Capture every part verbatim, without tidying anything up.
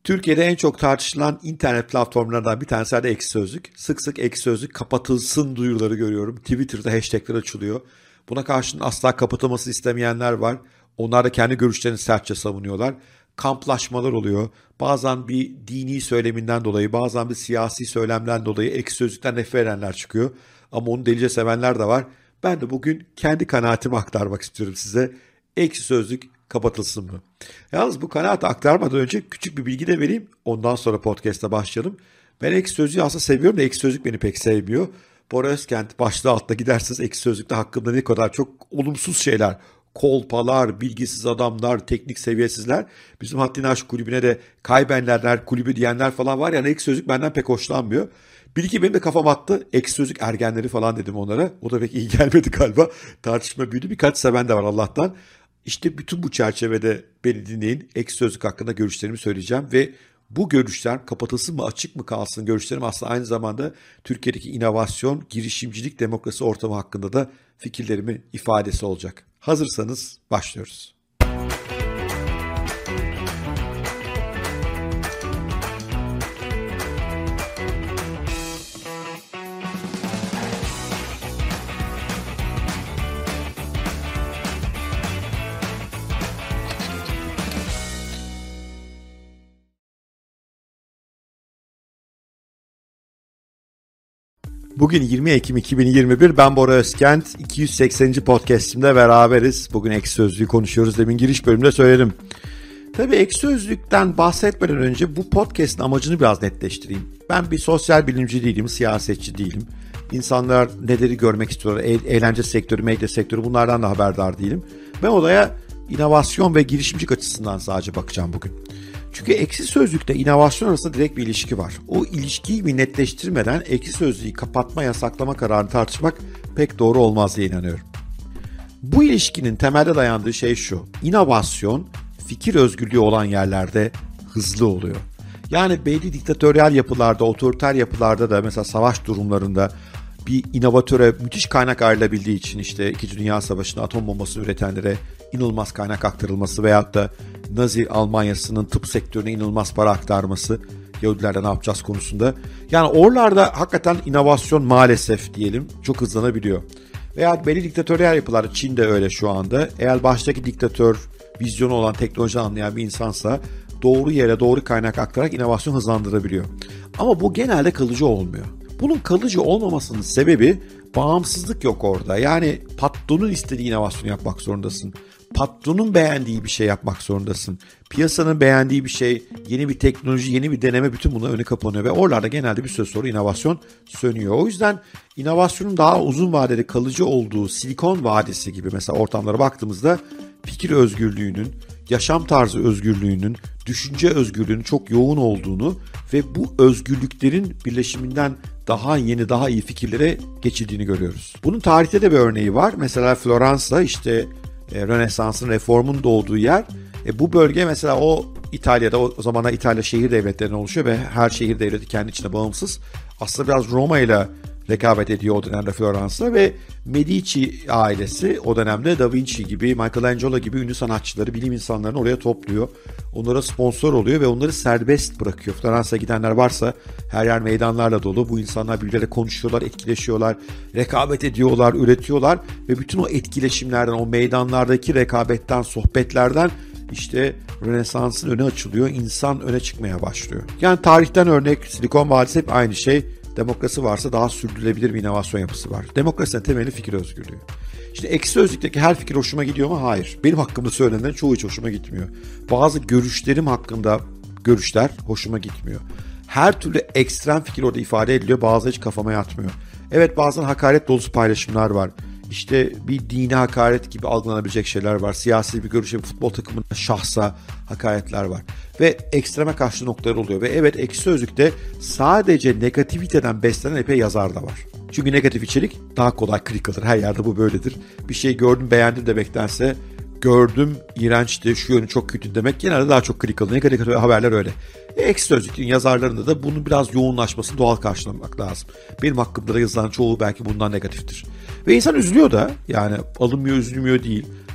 Türkiye'de en çok tartışılan internet platformlarından bir tanesi de Ekşi Sözlük. Sık sık Ekşi Sözlük kapatılsın duyuruları görüyorum. Twitter'da hashtagler açılıyor. Buna karşın asla kapatılması istemeyenler var. Onlar da kendi görüşlerini sertçe savunuyorlar. Kamplaşmalar oluyor. Bazen bir dini söyleminden dolayı, bazen bir siyasi söylemden dolayı Ekşi Sözlük'ten nefret edenler çıkıyor. Ama onu delice sevenler de var. Ben de bugün kendi kanaatimi aktarmak istiyorum size. Ekşi Sözlük kapatılsın mı? Yalnız bu kanaati aktarmadan önce küçük bir bilgi de vereyim. Ondan sonra podcast'a başlayalım. Ben Ekşi Sözlük'ü aslında seviyorum da Ekşi Sözlük beni pek sevmiyor. Bora Özkent başlığı altına giderseniz Ekşi Sözlük'te hakkında ne kadar çok olumsuz şeyler, kolpalar, bilgisiz adamlar, teknik seviyesizler. Bizim Haddini Aşk kulübüne de kaybenlerler kulübü diyenler falan var ya, Ekşi Sözlük benden pek hoşlanmıyor. Bir iki benim de kafam attı. Ekşi Sözlük ergenleri falan dedim onlara. O da pek iyi gelmedi galiba. Tartışma büyüdü. Birkaç seven de var Allah'tan. İşte bütün bu çerçevede beni dinleyin. Ekşi Sözlük hakkında görüşlerimi söyleyeceğim ve bu görüşler kapatılsın mı açık mı kalsın görüşlerim aslında aynı zamanda Türkiye'deki inovasyon, girişimcilik, demokrasi ortamı hakkında da fikirlerimi ifadesi olacak. Hazırsanız başlıyoruz. Bugün yirmi Ekim iki bin yirmi bir, ben Bora Özkent, iki yüz sekseninci podcastimde beraberiz. Bugün Ekşi Sözlük'ü konuşuyoruz. Demin giriş bölümünde söyledim. Tabii Ekşi Sözlük'ten bahsetmeden önce bu podcast'ın amacını biraz netleştireyim. Ben bir sosyal bilimci değilim, siyasetçi değilim. İnsanlar neleri görmek istiyorlar, e- eğlence sektörü, medya sektörü, bunlardan da haberdar değilim. Ben olaya inovasyon ve girişimcilik açısından sadece bakacağım bugün. Çünkü Ekşi Sözlük'te inovasyon arasında direkt bir ilişki var. O ilişkiyi bir netleştirmeden Ekşi Sözlük'ü kapatma, yasaklama kararını tartışmak pek doğru olmaz diye inanıyorum. Bu ilişkinin temelde dayandığı şey şu: İnovasyon, fikir özgürlüğü olan yerlerde hızlı oluyor. Yani belli diktatöryal yapılarda, otoriter yapılarda da mesela savaş durumlarında bir inovatöre müthiş kaynak ayrılabildiği için, işte İkinci Dünya Savaşı'nda atom bombasını üretenlere inanılmaz kaynak aktarılması veyahut da Nazi Almanyası'nın tıp sektörüne inanılmaz para aktarması, Yahudilerle ne yapacağız konusunda. Yani oralarda hakikaten inovasyon maalesef diyelim çok hızlanabiliyor. Veya belli diktatöryal yapılarda, Çin'de öyle şu anda. Eğer baştaki diktatör vizyonu olan, teknoloji anlayan bir insansa doğru yere doğru kaynak aktararak inovasyon hızlandırabiliyor. Ama bu genelde kalıcı olmuyor. Bunun kalıcı olmamasının sebebi bağımsızlık yok orada. Yani patronun istediği inovasyonu yapmak zorundasın. Patronun beğendiği bir şey yapmak zorundasın. Piyasanın beğendiği bir şey, yeni bir teknoloji, yeni bir deneme, bütün buna önü kapanıyor. Ve oralarda genelde bir süre sonra inovasyon sönüyor. O yüzden inovasyonun daha uzun vadede kalıcı olduğu Silikon Vadisi gibi mesela ortamlara baktığımızda fikir özgürlüğünün, yaşam tarzı özgürlüğünün, düşünce özgürlüğünün çok yoğun olduğunu ve bu özgürlüklerin birleşiminden daha yeni, daha iyi fikirlere geçildiğini görüyoruz. Bunun tarihte de bir örneği var. Mesela Floransa, işte e, Rönesans'ın, reformun doğduğu yer. E, bu bölge mesela o İtalya'da, o, o zamanlar İtalya şehir devletlerinden oluşuyor ve her şehir devleti kendi içine bağımsız. Aslında biraz Roma ile rekabet ediyor o dönemde Floransa ve Medici ailesi o dönemde Da Vinci gibi, Michelangelo gibi ünlü sanatçıları, bilim insanlarını oraya topluyor. Onlara sponsor oluyor ve onları serbest bırakıyor. Floransa'ya gidenler varsa her yer meydanlarla dolu. Bu insanlar birbirleriyle konuşuyorlar, etkileşiyorlar, rekabet ediyorlar, üretiyorlar ve bütün o etkileşimlerden, o meydanlardaki rekabetten, sohbetlerden işte Rönesans'ın önü açılıyor, insan öne çıkmaya başlıyor. Yani tarihten örnek Silikon Vadisi hep aynı şey. Demokrasi varsa daha sürdürülebilir bir inovasyon yapısı var. Demokrasinin temeli fikir özgürlüğü. İşte Ekşi Sözlük'teki her fikir hoşuma gidiyor mu? Hayır. Benim hakkımda söylenenlerin çoğu hiç hoşuma gitmiyor. Bazı görüşlerim hakkında görüşler hoşuma gitmiyor. Her türlü ekstrem fikir orada ifade ediliyor. Bazıları hiç kafama yatmıyor. Evet, bazen hakaret dolusu paylaşımlar var. İşte bir dine hakaret gibi algılanabilecek şeyler var. Siyasi bir görüşe, bir futbol takımına, şahsa hakaretler var. Ve ekstreme karşı noktalar oluyor. Ve evet, Ekşi Sözlük'te sadece negativiteden beslenen epey yazar da var. Çünkü negatif içerik daha kolay klik alır. Her yerde bu böyledir. Bir şey gördüm, beğendim demektense gördüm, iğrençti, şu yönü çok kötü demek genelde daha çok klik alır. Negatif haberler öyle. E, Ekşi Sözlük'ün yazarlarında da bunun biraz yoğunlaşmasını doğal karşılamak lazım. Benim hakkımda da yazılan çoğu belki bundan negatiftir. Ve insan üzülüyor da, yani alınmıyor, üzülmüyor değil.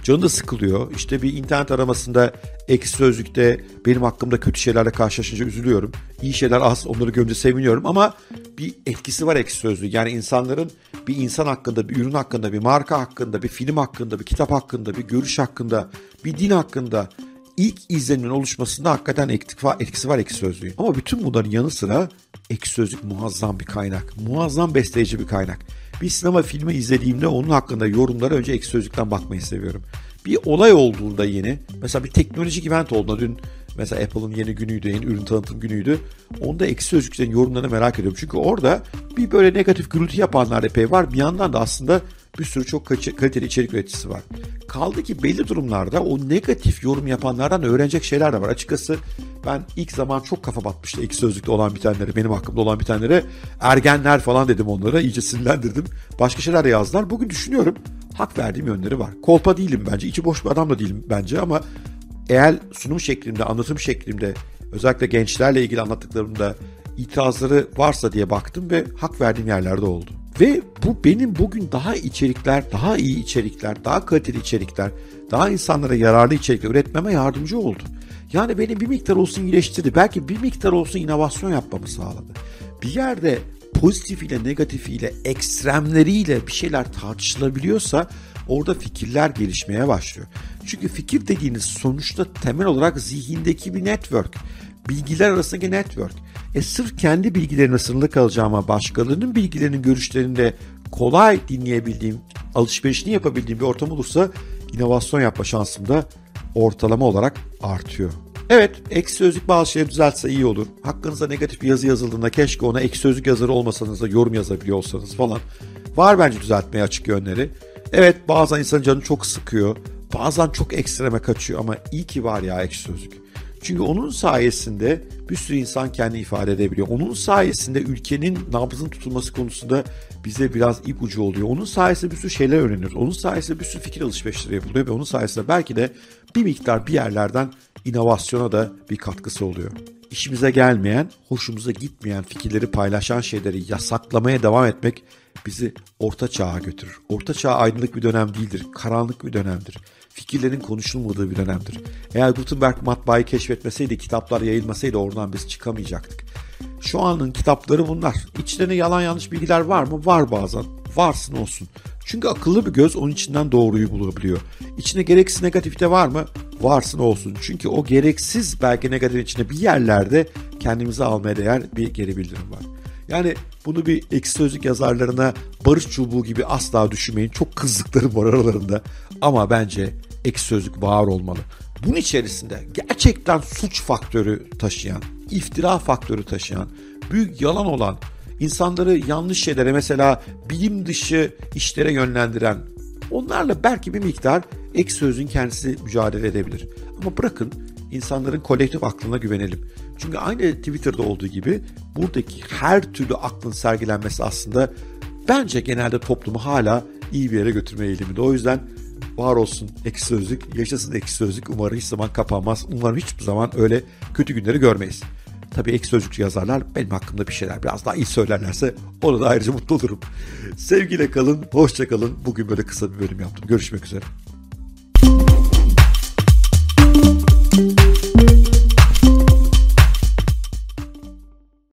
Canı da sıkılıyor. İşte bir internet aramasında Ekşi Sözlük'te benim hakkımda kötü şeylerle karşılaşınca üzülüyorum. İyi şeyler az, onları görünce seviniyorum ama bir etkisi var Ekşi Sözlük. Yani insanların bir insan hakkında, bir ürün hakkında, bir marka hakkında, bir film hakkında, bir kitap hakkında, bir görüş hakkında, bir din hakkında ilk izlenimin oluşmasında hakikaten etkisi var Ekşi Sözlük'ün. Ama bütün bunların yanı sıra Ekşi Sözlük muazzam bir kaynak. Muazzam besleyici bir kaynak. Bir sinema filmi izlediğimde onun hakkında yorumlara önce Ekşi Sözlük'ten bakmayı seviyorum. Bir olay olduğunda yeni, mesela bir teknolojik event olduğunda, dün mesela Apple'ın yeni günüydü, yeni ürün tanıtım günüydü. Onda Ekşi Sözlük'ten yorumlarını merak ediyorum. Çünkü orada bir böyle negatif gürültü yapanlar epey var. Bir yandan da aslında bir sürü çok kaliteli içerik üreticisi var. Kaldı ki belli durumlarda o negatif yorum yapanlardan öğrenecek şeyler de var. Açıkçası ben ilk zaman çok kafa batmıştı Ekşi Sözlük'te olan bitenlere, benim hakkımda olan bitenlere. Ergenler falan dedim onlara, iyice sinirlendirdim. Başka şeyler de yazdılar. Bugün düşünüyorum, hak verdiğim yönleri var. Kolpa değilim bence, içi boş bir adam da değilim bence ama eğer sunum şeklimde, anlatım şeklimde, özellikle gençlerle ilgili anlattıklarımda itirazları varsa diye baktım ve hak verdiğim yerlerde oldu. Ve bu benim bugün daha içerikler, daha iyi içerikler, daha kaliteli içerikler, daha insanlara yararlı içerikler üretmeme yardımcı oldu. Yani beni bir miktar olsun iyileştirdi. Belki bir miktar olsun inovasyon yapmamı sağladı. Bir yerde pozitifiyle, negatifiyle, ekstremleriyle bir şeyler tartışılabiliyorsa orada fikirler gelişmeye başlıyor. Çünkü fikir dediğiniz sonuçta temel olarak zihindeki bir network. Bilgiler arasındaki network. E sırf kendi bilgilerine sınırlı kalacağıma, başkalarının bilgilerinin, görüşlerini de kolay dinleyebildiğim, alışverişini yapabildiğim bir ortam olursa inovasyon yapma şansım da ortalama olarak artıyor. Evet, Ekşi Sözlük bazı şeyleri düzeltse iyi olur. Hakkınızda negatif bir yazı yazıldığında keşke ona Ekşi Sözlük yazarı olmasanız da yorum yazabiliyor olsanız falan. Var bence düzeltmeye açık yönleri. Evet, bazen insanın canı çok sıkıyor. Bazen çok ekstreme kaçıyor ama iyi ki var ya Ekşi Sözlük. Çünkü onun sayesinde bir sürü insan kendini ifade edebiliyor. Onun sayesinde ülkenin nabzın tutulması konusunda bize biraz ipucu oluyor. Onun sayesinde bir sürü şeyler öğreniyoruz. Onun sayesinde bir sürü fikir alışverişleri yapılıyor ve onun sayesinde belki de bir miktar bir yerlerden inovasyona da bir katkısı oluyor. İşimize gelmeyen, hoşumuza gitmeyen fikirleri paylaşan şeyleri yasaklamaya devam etmek bizi orta çağa götürür. Orta çağ aydınlık bir dönem değildir, karanlık bir dönemdir. Fikirlerin konuşulmadığı bir dönemdir. Eğer Gutenberg matbaayı keşfetmeseydi, kitaplar yayılmasaydı oradan biz çıkamayacaktık. Şu anın kitapları bunlar. İçlerine yalan yanlış bilgiler var mı? Var bazen. Varsın olsun. Çünkü akıllı bir göz onun içinden doğruyu bulabiliyor. İçine gereksiz negatifite var mı? Varsın olsun. Çünkü o gereksiz belki negatif içinde bir yerlerde kendimize almaya değer bir geri bildirim var. Yani bunu bir Ekşi Sözlük yazarlarına barış çubuğu gibi asla düşünmeyin. Çok kızdıklarım var aralarında. Ama bence Ekşi Sözlük var olmalı. Bunun içerisinde gerçekten suç faktörü taşıyan, iftira faktörü taşıyan, büyük yalan olan, insanları yanlış şeylere, mesela bilim dışı işlere yönlendiren, onlarla belki bir miktar Ekşi Sözlük'ün kendisi mücadele edebilir. Ama bırakın insanların kolektif aklına güvenelim. Çünkü aynı Twitter'da olduğu gibi buradaki her türlü aklın sergilenmesi aslında bence genelde toplumu hala iyi bir yere götürme eğiliminde. O yüzden var olsun Ekşi Sözlük, yaşasın Ekşi Sözlük. Umarım hiç zaman kapanmaz. Umarım hiçbir zaman öyle kötü günleri görmeyiz. Tabii Ekşi Sözlükçü yazarlar benim hakkımda bir şeyler biraz daha iyi söylerlerse ona da ayrıca mutlu olurum. Sevgiyle kalın, hoşça kalın. Bugün böyle kısa bir bölüm yaptım. Görüşmek üzere.